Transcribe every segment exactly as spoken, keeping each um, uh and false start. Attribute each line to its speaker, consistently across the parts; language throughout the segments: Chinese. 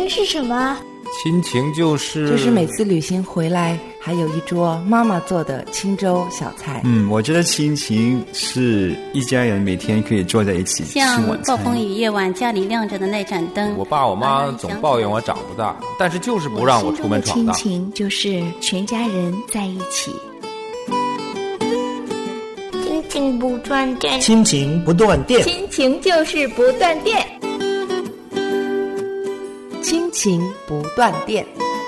Speaker 1: 情是什么？
Speaker 2: 亲情就是
Speaker 3: 就是每次旅行回来还有一桌妈妈做的清粥小菜。
Speaker 4: 嗯，我觉得亲情是一家人每天可以坐在一起吃晚餐。
Speaker 5: 像暴风雨夜晚家里亮着的那盏灯，
Speaker 2: 我爸我妈总抱怨我长不大，但是就是不让我出门闯荡。
Speaker 1: 亲情就是全家人在一起，亲情不断电，
Speaker 6: 亲情不断电，
Speaker 7: 亲情就是不断电，
Speaker 3: 亲情不断电。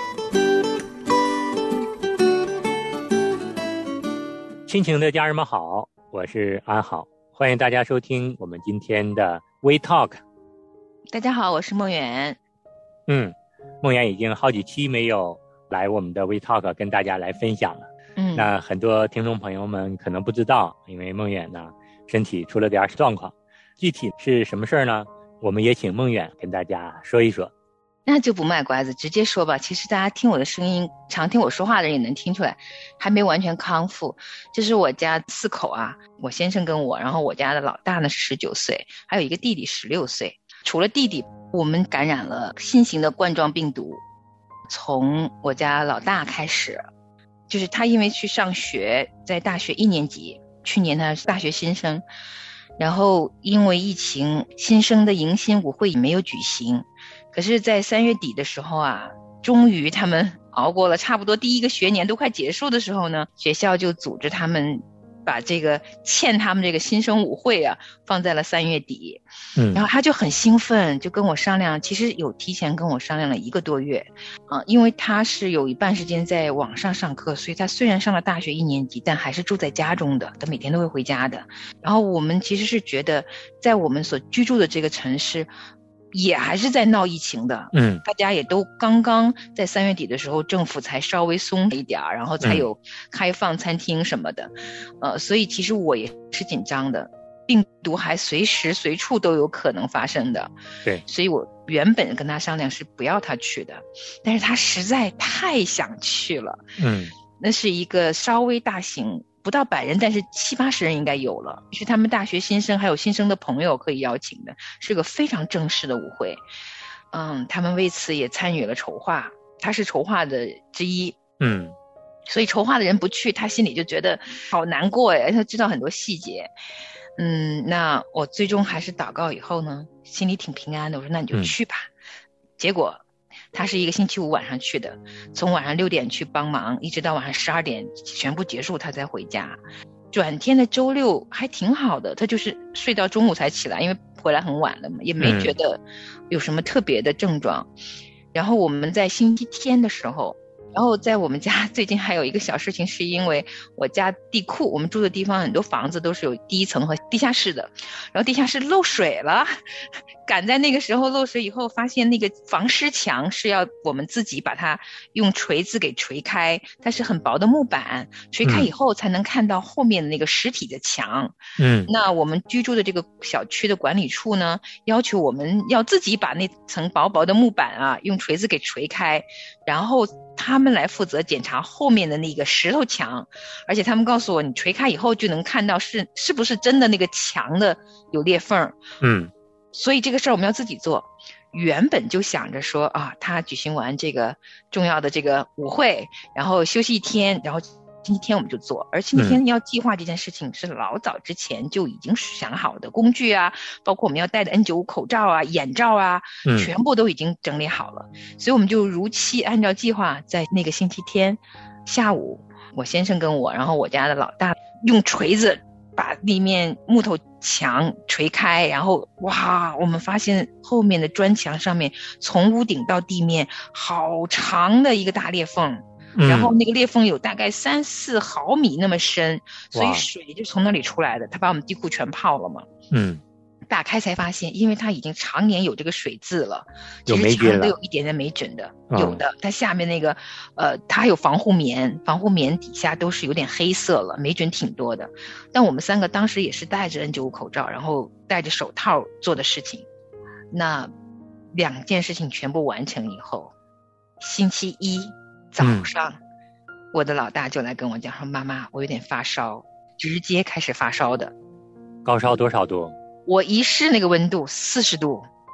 Speaker 8: 亲情的家人们好，我是安好，欢迎大家收听我们今天的 We Talk。
Speaker 9: 大家好，我是梦圆。
Speaker 8: 嗯，梦圆已经好几期没有来我们的 We Talk 跟大家来分享了。嗯，那很多听众朋友们可能不知道，因为梦远呢身体出了点状况，具体是什么事儿呢？我们也请梦远跟大家说一说。
Speaker 9: 那就不卖关子，直接说吧。其实大家听我的声音，常听我说话的人也能听出来，还没完全康复。就是我家四口啊，我先生跟我，然后我家的老大呢是十九岁，还有一个弟弟十六岁。除了弟弟，我们感染了新型的冠状病毒。从我家老大开始，就是他因为去上学，在大学一年级，去年他是大学新生，然后因为疫情，新生的迎新舞会也没有举行。可是在三月底的时候啊，终于他们熬过了，差不多第一个学年都快结束的时候呢，学校就组织他们把这个欠他们这个新生舞会啊放在了三月底。嗯，然后他就很兴奋，就跟我商量，其实有提前跟我商量了一个多月啊、呃，因为他是有一半时间在网上上课，所以他虽然上了大学一年级，但还是住在家中的，他每天都会回家的。然后我们其实是觉得在我们所居住的这个城市也还是在闹疫情的，嗯，大家也都刚刚在三月底的时候，政府才稍微松一点，然后才有开放餐厅什么的，嗯、呃，所以其实我也是紧张的，病毒还随时随处都有可能发生的，对，所以我原本跟他商量是不要他去的，但是他实在太想去了，嗯，那是一个稍微大型。不到百人，但是七八十人应该有了，是他们大学新生还有新生的朋友可以邀请的，是个非常正式的舞会。嗯，他们为此也参与了筹划，他是筹划的之一。嗯，所以筹划的人不去，他心里就觉得好难过呀，他知道很多细节。嗯，那我最终还是祷告以后呢，心里挺平安的，我说那你就去吧。嗯、结果他是一个星期五晚上去的，从晚上六点去帮忙，一直到晚上十二点全部结束他才回家。转天的周六还挺好的，他就是睡到中午才起来，因为回来很晚了嘛，也没觉得有什么特别的症状。嗯、然后我们在星期天的时候，然后在我们家最近还有一个小事情，是因为我家地库，我们住的地方很多房子都是有第一层和地下室的，然后地下室漏水了，赶在那个时候漏水以后，发现那个防湿墙是要我们自己把它用锤子给锤开，它是很薄的木板，锤开以后才能看到后面的那个实体的墙。嗯，那我们居住的这个小区的管理处呢，要求我们要自己把那层薄薄的木板啊用锤子给锤开，然后他们来负责检查后面的那个石头墙，而且他们告诉我，你锤开以后就能看到是是不是真的那个墙的有裂缝。嗯，所以这个事儿我们要自己做。原本就想着说啊，他举行完这个重要的这个舞会，然后休息一天，然后星期天我们就做。而星期天要计划这件事情是老早之前就已经想好的，工具啊，包括我们要戴的 N 九五 口罩啊、眼罩啊，全部都已经整理好了。所以我们就如期按照计划，在那个星期天下午，我先生跟我，然后我家的老大用锤子把里面木头墙锤开，然后哇，我们发现后面的砖墙上面从屋顶到地面好长的一个大裂缝。然后那个裂缝有大概三四毫米那么深，所以水就从那里出来的，他把我们地库全泡了嘛。嗯，打开才发现，因为它已经常年有这个水渍了，
Speaker 8: 有霉菌了，
Speaker 9: 都有一点点霉疹的，嗯、有的。它下面那个呃，它还有防护棉，防护棉底下都是有点黑色了，霉菌挺多的。但我们三个当时也是戴着 N 九五 口罩，然后戴着手套做的事情。那两件事情全部完成以后，星期一早上、嗯、我的老大就来跟我讲说，妈妈我有点发烧，直接开始发烧的。
Speaker 8: 高烧多少度？
Speaker 9: 我一试那个温度四十度，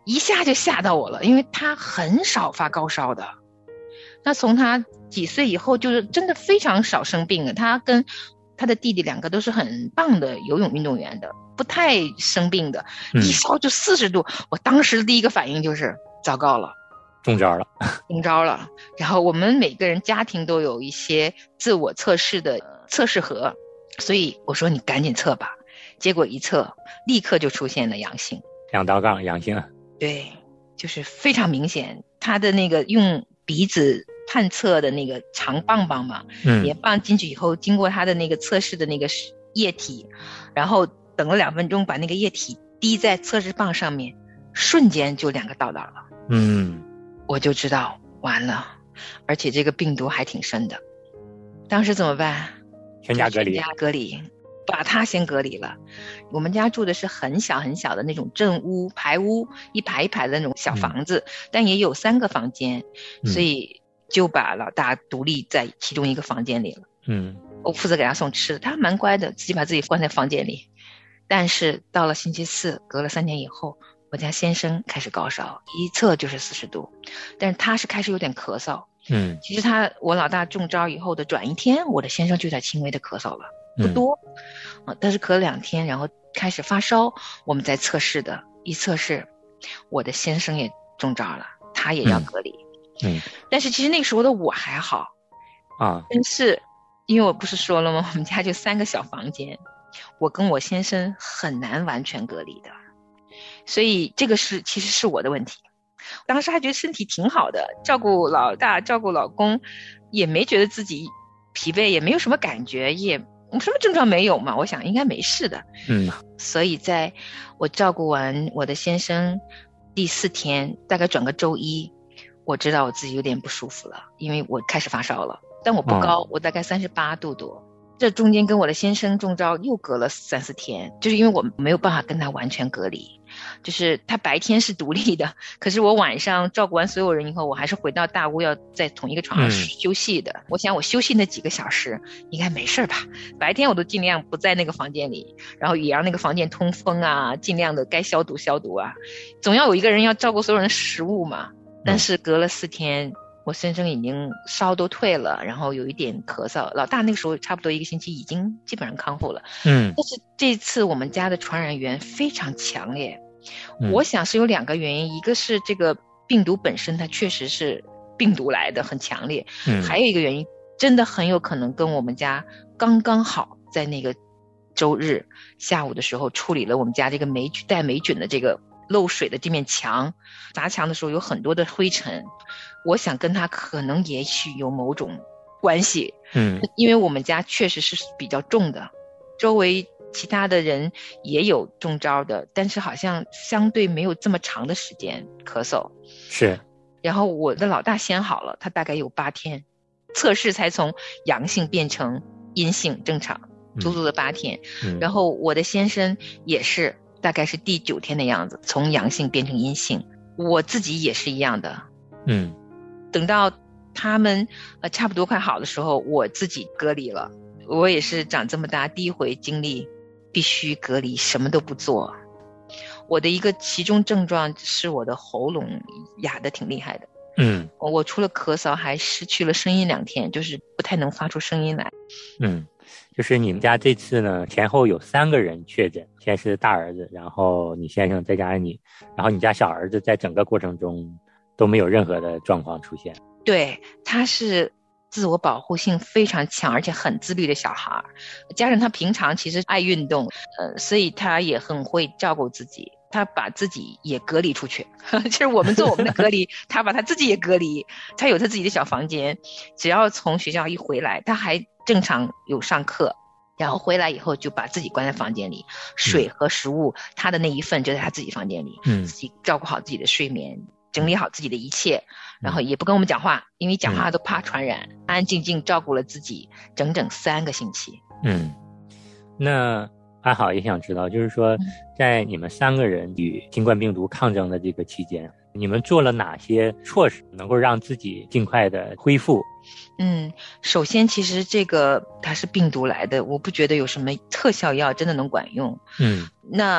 Speaker 9: 一下就吓到我了，因为他很少发高烧的。那从他几岁以后就是真的非常少生病了，他跟他的弟弟两个都是很棒的游泳运动员的，不太生病的，一烧就四十度、嗯、我当时第一个反应就是糟糕了，
Speaker 8: 中招了
Speaker 9: 中招了。然后我们每个人家庭都有一些自我测试的测试盒，所以我说你赶紧测吧，结果一测立刻就出现了阳性，
Speaker 8: 两道杠阳性。
Speaker 9: 对，就是非常明显，他的那个用鼻子探测的那个长棒棒嘛，嗯，也棒进去以后，经过他的那个测试的那个液体，然后等了两分钟，把那个液体滴在测试棒上面，瞬间就两个道道了。
Speaker 8: 嗯，
Speaker 9: 我就知道完了，而且这个病毒还挺深的。当时怎么办？
Speaker 8: 全家隔离。
Speaker 9: 全家隔离，把他先隔离了。我们家住的是很小很小的那种正屋排屋，一排一排的那种小房子、嗯、但也有三个房间、嗯、所以就把老大独立在其中一个房间里了。
Speaker 8: 嗯，
Speaker 9: 我负责给他送吃的，他蛮乖的，自己把自己关在房间里。但是到了星期四，隔了三天以后，我家先生开始高烧，一测就是四十度，但是他是开始有点咳嗽。
Speaker 8: 嗯，
Speaker 9: 其实他我老大中招以后的转一天，我的先生就有点轻微的咳嗽了，不多、嗯、但是咳了两天，然后开始发烧，我们在测试的，一测试我的先生也中招了，他也要隔离。
Speaker 8: 嗯，
Speaker 9: 但是其实那个时候的我还好
Speaker 8: 啊，
Speaker 9: 但是因为我不是说了吗，我们家就三个小房间，我跟我先生很难完全隔离的，所以这个是其实是我的问题。当时还觉得身体挺好的，照顾老大照顾老公，也没觉得自己疲惫，也没有什么感觉，也什么症状没有嘛，我想应该没事的。
Speaker 8: 嗯，
Speaker 9: 所以在我照顾完我的先生第四天，大概转个周一，我知道我自己有点不舒服了，因为我开始发烧了，但我不高、哦、我大概三十八度多。这中间跟我的先生中招又隔了三四天，就是因为我没有办法跟他完全隔离，就是他白天是独立的，可是我晚上照顾完所有人以后，我还是回到大屋要在同一个床上休息的、嗯、我想我休息那几个小时应该没事吧，白天我都尽量不在那个房间里，然后也让那个房间通风啊，尽量的该消毒消毒啊，总要有一个人要照顾所有人的食物嘛。但是隔了四天、嗯，我先生已经烧都退了，然后有一点咳嗽，老大那个时候差不多一个星期已经基本上康复了。
Speaker 8: 嗯，
Speaker 9: 但是这次我们家的传染源非常强烈、嗯、我想是有两个原因，一个是这个病毒本身它确实是病毒来的很强烈、嗯、还有一个原因真的很有可能跟我们家刚刚好在那个周日下午的时候处理了我们家这个霉菌带霉菌的这个漏水的这面墙，砸墙的时候有很多的灰尘，我想跟他可能也许有某种关系。
Speaker 8: 嗯，
Speaker 9: 因为我们家确实是比较重的，周围其他的人也有中招的，但是好像相对没有这么长的时间咳嗽。
Speaker 8: 是，
Speaker 9: 然后我的老大先好了，他大概有八天测试才从阳性变成阴性正常，足足的八天、嗯、然后我的先生也是大概是第九天的样子，从阳性变成阴性，我自己也是一样的。
Speaker 8: 嗯，
Speaker 9: 等到他们呃差不多快好的时候，我自己隔离了。我也是长这么大第一回经历必须隔离，什么都不做。我的一个其中症状是我的喉咙哑得挺厉害的。
Speaker 8: 嗯，
Speaker 9: 我除了咳嗽还失去了声音两天，就是不太能发出声音来。
Speaker 8: 嗯，就是你们家这次呢前后有三个人确诊，先是大儿子，然后你先生再加上你，然后你家小儿子在整个过程中都没有任何的状况出现。
Speaker 9: 对，他是自我保护性非常强而且很自律的小孩，加上他平常其实爱运动，呃，所以他也很会照顾自己，他把自己也隔离出去就是我们做我们的隔离他把他自己也隔离，他有他自己的小房间，只要从学校一回来他还正常有上课，然后回来以后就把自己关在房间里，水和食物、嗯、他的那一份就在他自己房间里、嗯、自己照顾好自己的睡眠，整理好自己的一切、嗯、然后也不跟我们讲话，因为讲话都怕传染、嗯、安安静静照顾了自己整整三个星期。
Speaker 8: 嗯，那安好也想知道，就是说在你们三个人与新冠病毒抗争的这个期间，你们做了哪些措施能够让自己尽快的恢复？
Speaker 9: 嗯，首先其实这个它是病毒来的，我不觉得有什么特效药真的能管用。
Speaker 8: 嗯，
Speaker 9: 那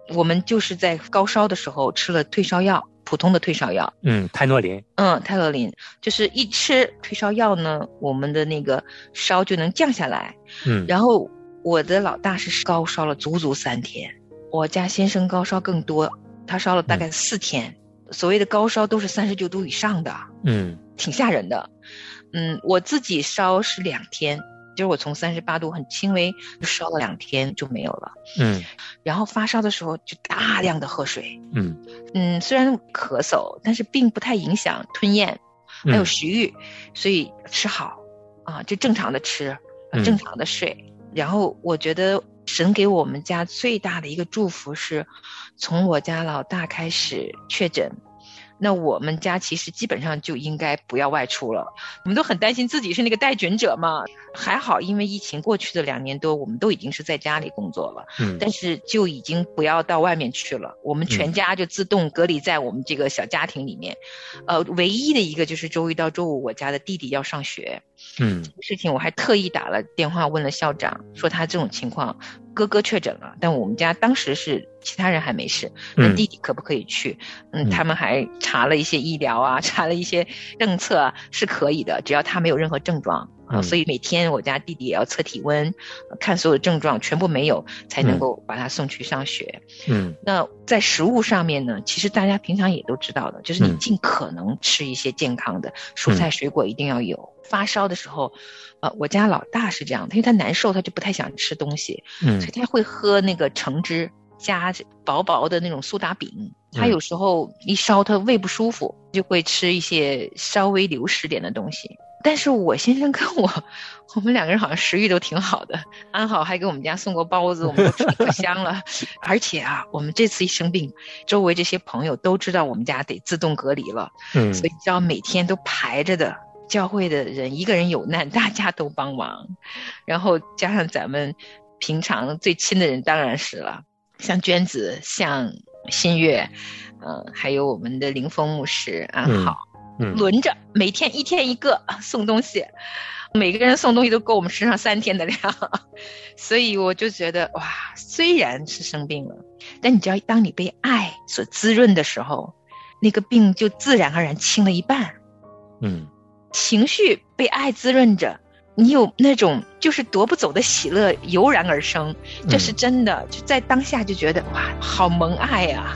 Speaker 9: 我们就是在高烧的时候吃了退烧药，普通的退烧药，
Speaker 8: 嗯，泰诺林，
Speaker 9: 嗯，泰诺林，就是一吃退烧药呢，我们的那个烧就能降下来，
Speaker 8: 嗯，
Speaker 9: 然后我的老大是高烧了足足三天，我家先生高烧更多，他烧了大概四天，嗯、所谓的高烧都是三十九度以上的，
Speaker 8: 嗯，
Speaker 9: 挺吓人的，嗯，我自己烧是两天。就是我从三十八度很轻微烧了两天就没有了，
Speaker 8: 嗯，
Speaker 9: 然后发烧的时候就大量的喝水，
Speaker 8: 嗯
Speaker 9: 嗯，虽然咳嗽，但是并不太影响吞咽，还有食欲，嗯、所以吃好啊，就正常的吃，
Speaker 8: 嗯、
Speaker 9: 正常的睡。然后我觉得神给我们家最大的一个祝福是，从我家老大开始确诊。那我们家其实基本上就应该不要外出了，我们都很担心自己是那个带菌者嘛。还好，因为疫情过去的两年多，我们都已经是在家里工作了，嗯，但是就已经不要到外面去了。我们全家就自动隔离在我们这个小家庭里面，嗯、呃，唯一的一个就是周一到周五我家的弟弟要上学，嗯，这个事情我还特意打了电话问了校长，说他这种情况。哥哥确诊了，但我们家当时是其他人还没事，那弟弟可不可以去？嗯，嗯他们还查了一些医疗啊，查了一些政策啊，是可以的，只要他没有任何症状啊。所以每天我家弟弟也要测体温，看所有的症状全部没有，才能够把他送去上学。嗯，那在食物上面呢，其实大家平常也都知道的，就是你尽可能吃一些健康的、嗯、蔬菜水果一定要有。发烧的时候，呃，我家老大是这样的，因为他难受，他就不太想吃东西，嗯，所以他会喝那个橙汁加薄薄的那种苏打饼。他有时候一烧，他胃不舒服，就会吃一些稍微流食点的东西。但是我先生跟我，我们两个人好像食欲都挺好的。安好还给我们家送过包子，我们都吃可香了。而且啊，我们这次一生病，周围这些朋友都知道我们家得自动隔离了，嗯，所以知道每天都排着的。教会的人一个人有难，大家都帮忙，然后加上咱们平常最亲的人，当然是了，像娟子，像新月，呃，还有我们的林峰牧师安好，嗯，轮着每天一天一个送东西，每个人送东西都够我们身上三天的量，所以我就觉得哇，虽然是生病了，但你知道，当你被爱所滋润的时候，那个病就自然而然轻了一半，嗯。情绪被爱滋润着，你有那种就是夺不走的喜乐油然而生，这是真的，就在当下就觉得哇，好蒙爱啊。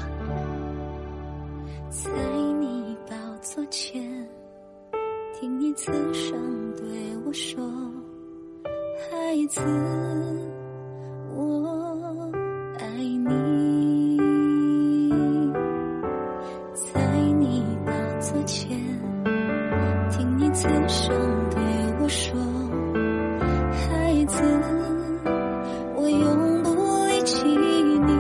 Speaker 6: 在你宝座前，听你慈声对我说，孩子，我爱你。在你宝座前，听你慈声对我说，孩子，我永不离弃你。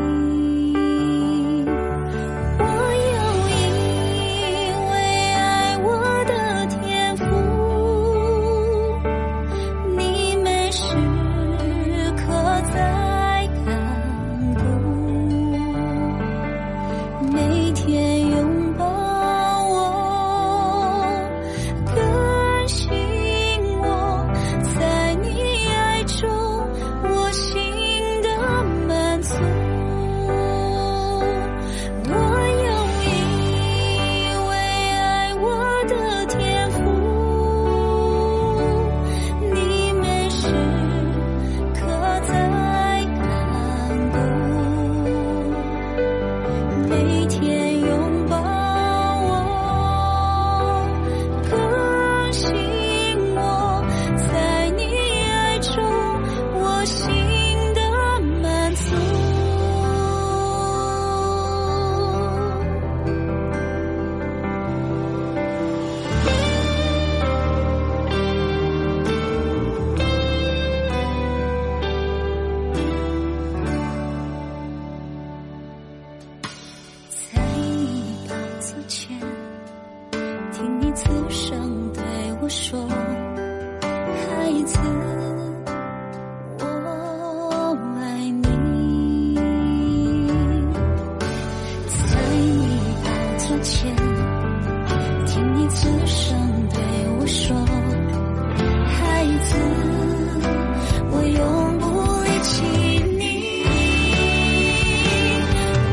Speaker 6: 我有一位爱我的天父，你每时刻在看顾，每天拥抱我，更新我，在你爱中我心的满足。我有一位爱我的天父，你每时刻在看顾，每天拥抱我，更新我，在你爱中我心的满足。在你宝座前，听你慈声对我说，孩子，我爱你。在你宝座前，听你慈声对我说，孩子，我永不离弃你。我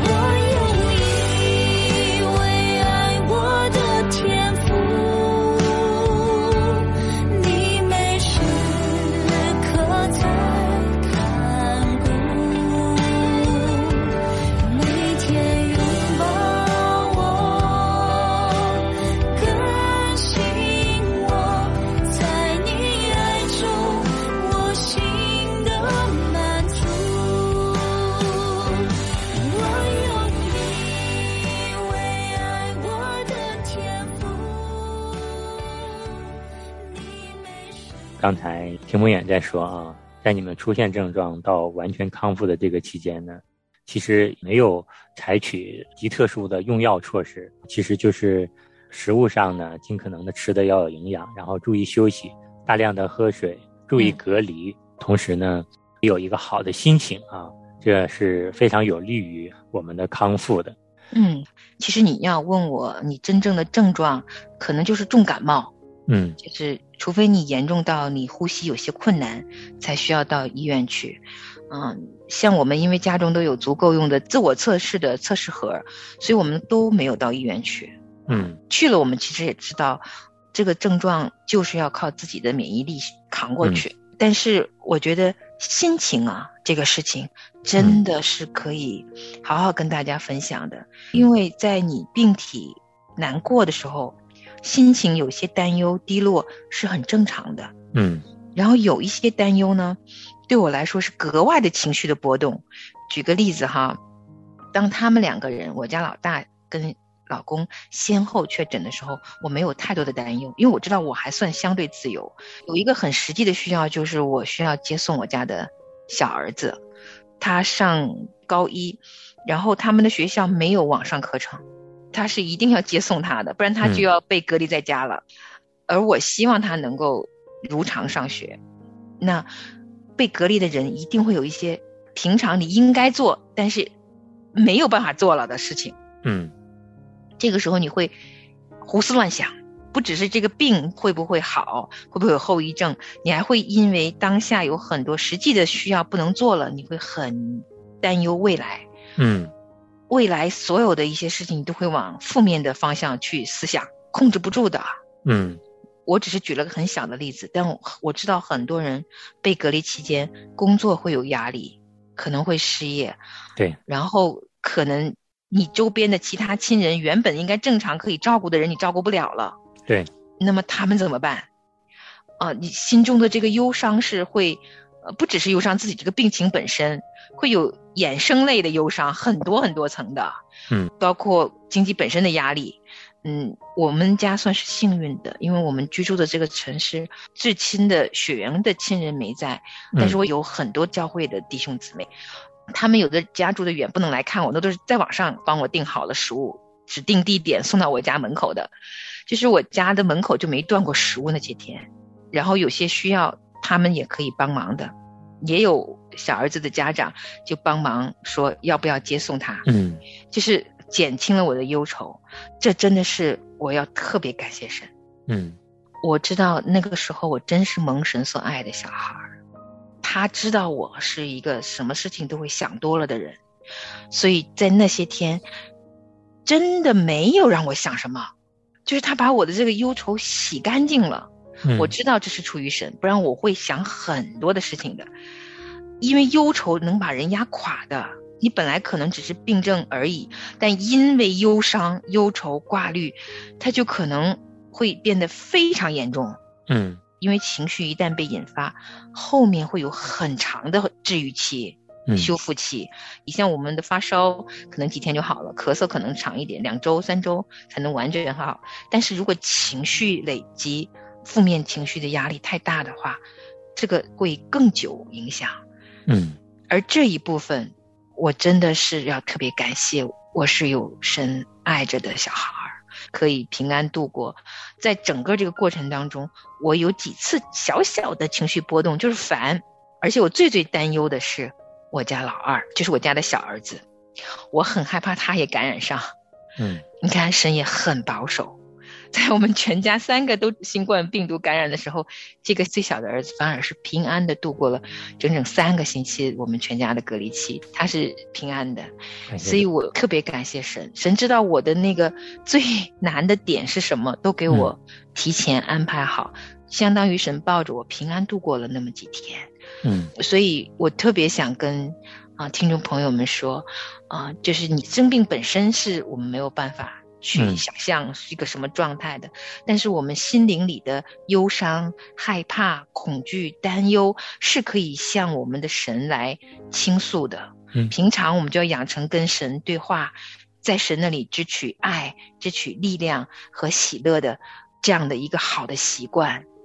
Speaker 8: 刚才听梦远在说啊，在你们出现症状到完全康复的这个期间呢，其实没有采取极特殊的用药措施，其实就是食物上呢，尽可能的吃的要有营养，然后注意休息，大量的喝水，注意隔离，嗯、同时呢，有一个好的心情啊，这是非常有利于我们的康复的。
Speaker 9: 嗯，其实你要问我，你真正的症状可能就是重感冒。
Speaker 8: 嗯，
Speaker 9: 就是除非你严重到你呼吸有些困难，才需要到医院去。嗯，像我们因为家中都有足够用的自我测试的测试盒，所以我们都没有到医院去。
Speaker 8: 嗯，
Speaker 9: 去了我们其实也知道，这个症状就是要靠自己的免疫力扛过去。嗯、但是我觉得心情啊，这个事情真的是可以好好跟大家分享的，嗯、因为在你病体难过的时候，心情有些担忧低落是很正常的。
Speaker 8: 嗯，
Speaker 9: 然后有一些担忧呢，对我来说是格外的情绪的波动。举个例子哈，当他们两个人，我家老大跟老公先后确诊的时候，我没有太多的担忧，因为我知道我还算相对自由。有一个很实际的需要，就是我需要接送我家的小儿子，他上高一，然后他们的学校没有网上课程，他是一定要接送他的，不然他就要被隔离在家了。嗯、而我希望他能够如常上学。那被隔离的人一定会有一些平常你应该做但是没有办法做了的事情。
Speaker 8: 嗯，
Speaker 9: 这个时候你会胡思乱想，不只是这个病会不会好，会不会有后遗症，你还会因为当下有很多实际的需要不能做了，你会很担忧未来。
Speaker 8: 嗯，
Speaker 9: 未来所有的一些事情你都会往负面的方向去思想，控制不住的。
Speaker 8: 嗯，
Speaker 9: 我只是举了个很小的例子，但 我, 我知道很多人被隔离期间工作会有压力，可能会失业。
Speaker 8: 对，
Speaker 9: 然后可能你周边的其他亲人原本应该正常可以照顾的人你照顾不了了。
Speaker 8: 对，
Speaker 9: 那么他们怎么办啊？你心中的这个忧伤是会呃，不只是忧伤自己这个病情本身，会有衍生类的忧伤，很多很多层的。
Speaker 8: 嗯，
Speaker 9: 包括经济本身的压力。嗯，我们家算是幸运的，因为我们居住的这个城市至亲的血缘的亲人没在，但是我有很多教会的弟兄姊妹，嗯、他们有的家住的远不能来看我，那都是在网上帮我订好了食物，指定地点送到我家门口的，就是我家的门口就没断过食物那些天。然后有些需要他们也可以帮忙的，也有小儿子的家长就帮忙说要不要接送他。
Speaker 8: 嗯，
Speaker 9: 就是减轻了我的忧愁，这真的是我要特别感谢神。
Speaker 8: 嗯，
Speaker 9: 我知道那个时候我真是蒙神所爱的小孩，他知道我是一个什么事情都会想多了的人，所以在那些天真的没有让我想什么，就是他把我的这个忧愁洗干净了。
Speaker 8: 嗯、
Speaker 9: 我知道这是出于神，不然我会想很多的事情的，因为忧愁能把人压垮的。你本来可能只是病症而已，但因为忧伤、忧愁、挂虑，它就可能会变得非常严重。
Speaker 8: 嗯，
Speaker 9: 因为情绪一旦被引发，后面会有很长的治愈期、
Speaker 8: 嗯、
Speaker 9: 修复期。你像我们的发烧可能几天就好了，咳嗽可能长一点，两周三周才能完全好。但是如果情绪累积，负面情绪的压力太大的话，这个会更久影响。
Speaker 8: 嗯，
Speaker 9: 而这一部分我真的是要特别感谢，我是有神爱着的小孩，可以平安度过。在整个这个过程当中，我有几次小小的情绪波动，就是烦。而且我最最担忧的是我家老二，就是我家的小儿子，我很害怕他也感染上。
Speaker 8: 嗯，
Speaker 9: 你看神也很保守，在我们全家三个都新冠病毒感染的时候，这个最小的儿子反而是平安的度过了整整三个星期我们全家的隔离期，他是平安的。所以我特别感谢神，神知道我的那个最难的点是什么，都给我提前安排好，嗯、相当于神抱着我平安度过了那么几天。
Speaker 8: 嗯，
Speaker 9: 所以我特别想跟啊、呃、听众朋友们说啊、呃，就是你生病本身是我们没有办法去想象是一个什么状态的、嗯、但是我们心灵里的忧伤、害怕、恐惧、担忧是可以向我们的神来倾诉的、
Speaker 8: 嗯、
Speaker 9: 平常我们就要养成跟神对话，在神那里支取爱、支取力量和喜乐的这样的一个好的习惯。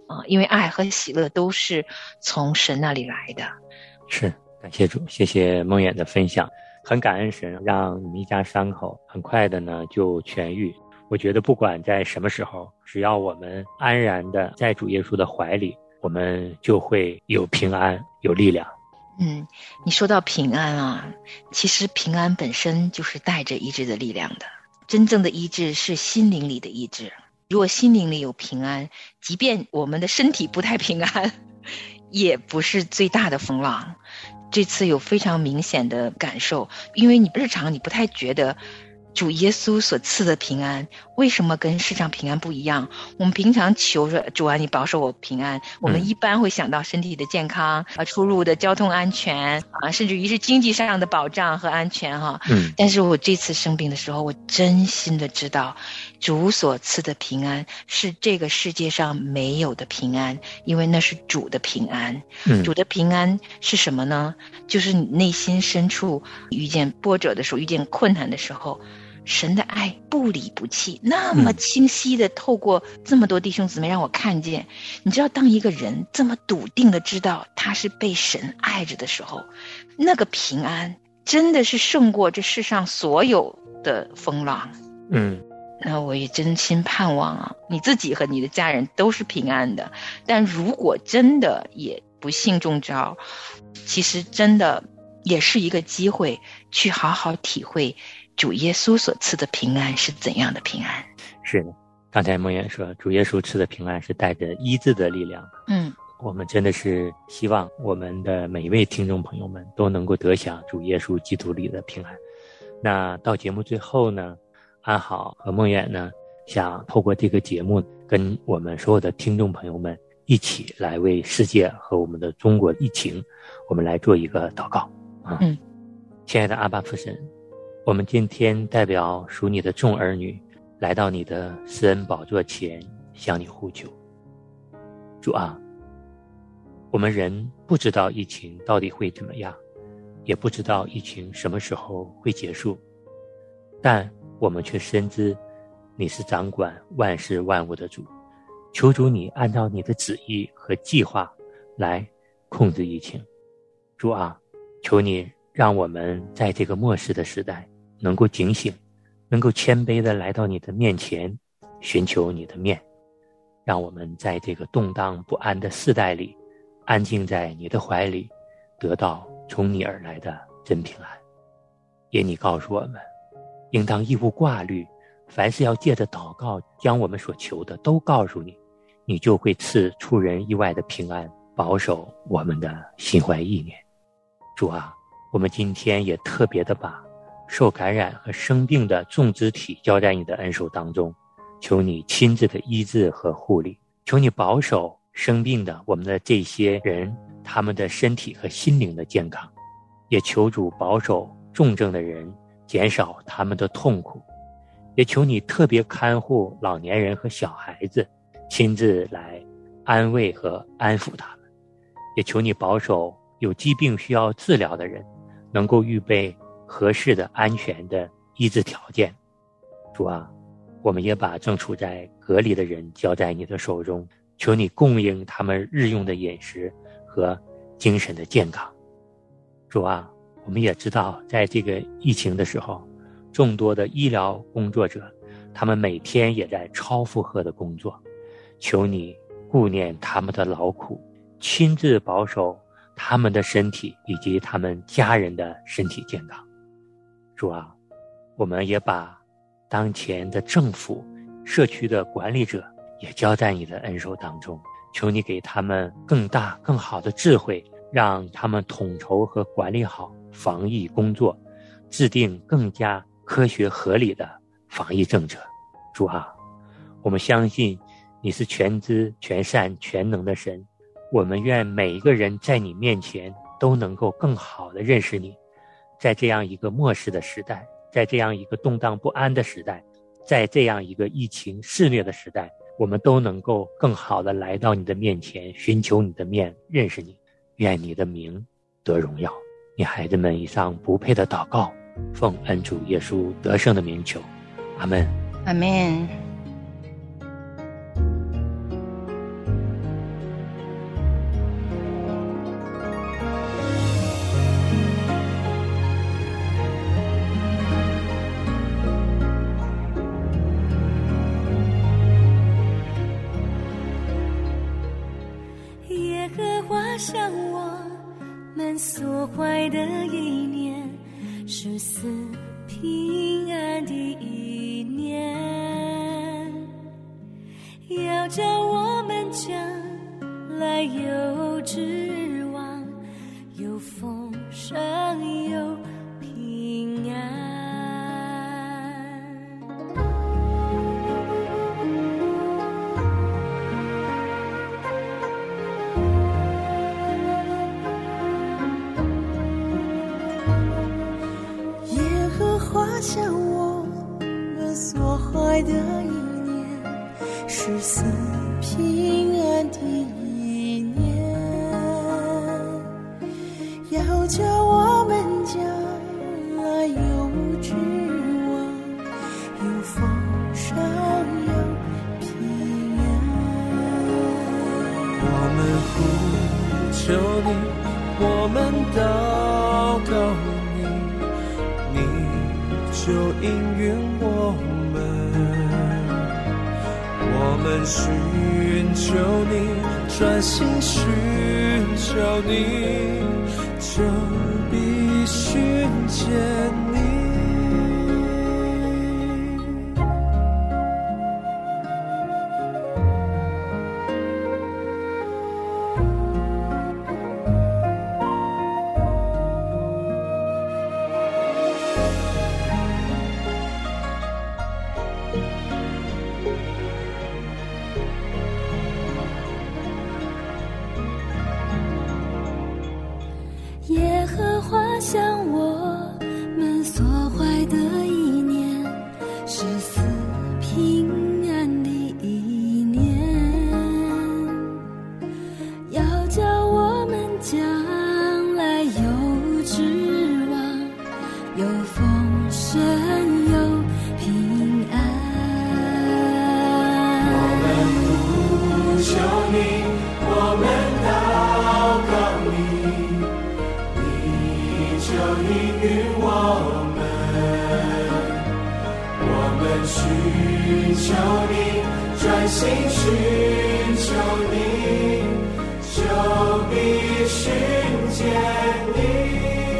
Speaker 9: 啊、呃，因为爱和喜乐都是从神那里来的。
Speaker 8: 是，感谢主，谢谢梦远的分享，很感恩神让你们一家三口很快的呢就痊愈。我觉得不管在什么时候，只要我们安然的在主耶稣的怀里，我们就会有平安，有力量。
Speaker 9: 嗯，你说到平安啊，其实平安本身就是带着医治的力量的。真正的医治是心灵里的医治。如果心灵里有平安，即便我们的身体不太平安，也不是最大的风浪。这次有非常明显的感受，因为你日常你不太觉得主耶稣所赐的平安为什么跟世上平安不一样。我们平常求着主啊你保守我平安，我们一般会想到身体的健康啊，出入的交通安全啊，甚至于是经济上的保障和安全哈。嗯，但是我这次生病的时候，我真心的知道主所赐的平安是这个世界上没有的平安，因为那是主的平安。嗯，主的平安是什么呢？就是你内心深处遇见波折的时候，遇见困难的时候，神的爱不离不弃，那么清晰的透过这么多弟兄姊妹让我看见。你知道当一个人这么笃定的知道他是被神爱着的时候，那个平安真的是胜过这世上所有的风浪。嗯，那我也真心盼望啊，你自己和你的家人都是平安的。但如果真的也不幸中招，其实真的也是一个机会去好好体会主耶稣所赐的平安是怎样的平安。
Speaker 8: 是的，刚才梦远说主耶稣赐的平安是带着医治的力量。嗯，我们真的是希望我们的每一位听众朋友们都能够得享主耶稣基督里的平安。那到节目最后呢，安好和梦远呢想透过这个节目跟我们所有的听众朋友们一起来为世界和我们的中国疫情我们来做一个祷告啊。嗯，亲爱的阿爸父神，我们今天代表属你的众儿女来到你的施恩宝座前向你呼求。主啊，我们人不知道疫情到底会怎么样，也不知道疫情什么时候会结束，但我们却深知你是掌管万事万物的主。求主你按照你的旨意和计划来控制疫情。主啊，求你让我们在这个末世的时代能够警醒，能够谦卑地来到你的面前寻求你的面，让我们在这个动荡不安的世代里安静在你的怀里，得到从你而来的真平安。也你告诉我们应当义无挂虑，凡事要借着祷告将我们所求的都告诉你，你就会赐出人意外的平安，保守我们的心怀意念。主啊，我们今天也特别的把受感染和生病的众肢体交在你的恩手当中，求你亲自的医治和护理，求你保守生病的我们的这些人，他们的身体和心灵的健康，也求主保守重症的人，减少他们的痛苦，也求你特别看护老年人和小孩子，亲自来安慰和安抚他们，也求你保守有疾病需要治疗的人能够预备合适的安全的医治条件。主啊，我们也把正处在隔离的人交在你的手中，求你供应他们日用的饮食和精神的健康。主啊，我们也知道在这个疫情的时候，众多的医疗工作者他们每天也在超负荷的工作，求你顾念他们的劳苦，亲自保守他们的身体以及他们家人的身体健康。主啊，我们也把当前的政府社区的管理者也交在你的恩手当中，求你给他们更大更好的智慧，让他们统筹和管理好防疫工作，制定更加科学合理的防疫政策。主啊，我们相信你是全知全善全能的神，我们愿每一个人在你面前都能够更好地认识你。在这样一个末世的时代，在这样一个动荡不安的时代，在这样一个疫情肆虐的时代，我们都能够更好地来到你的面前，寻求你的面，认识你。愿你的名得荣耀。你孩子们以上不配的祷告，奉恩主耶稣得胜的名求，阿们。
Speaker 9: 阿们。
Speaker 6: 向我们所怀的意念，是赐平安的意念，要叫我们将来有指望，有丰盛有平安。耶和华向我们所怀的意念，是赐平安的意念，要叫我们将来有指望，有丰盛有平安。
Speaker 10: 我们呼求你，我们祷告你，你就应允我们。我们寻求你，专心寻求你，就必寻见你。
Speaker 6: 耶和华向我们所怀的意念，是赐平安的意念，要叫我们将来有指望，有丰盛有平安。
Speaker 10: 我们呼求你，我们祷告你，就应允我们。我们寻求你，专心寻求你，就必寻见你。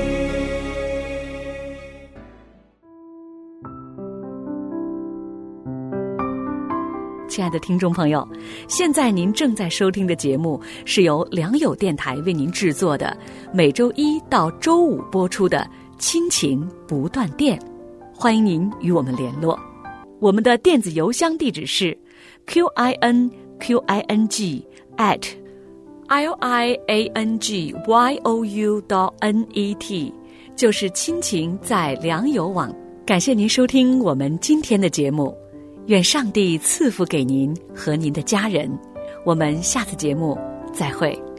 Speaker 11: 亲爱的听众朋友，现在您正在收听的节目是由良友电台为您制作的，每周一到周五播出的亲情不断电，欢迎您与我们联络。我们的电子邮箱地址是 q i n q i n g at l i a n g y o u dot n e t， 就是亲情在良友网。感谢您收听我们今天的节目，愿上帝赐福给您和您的家人，我们下次节目再会。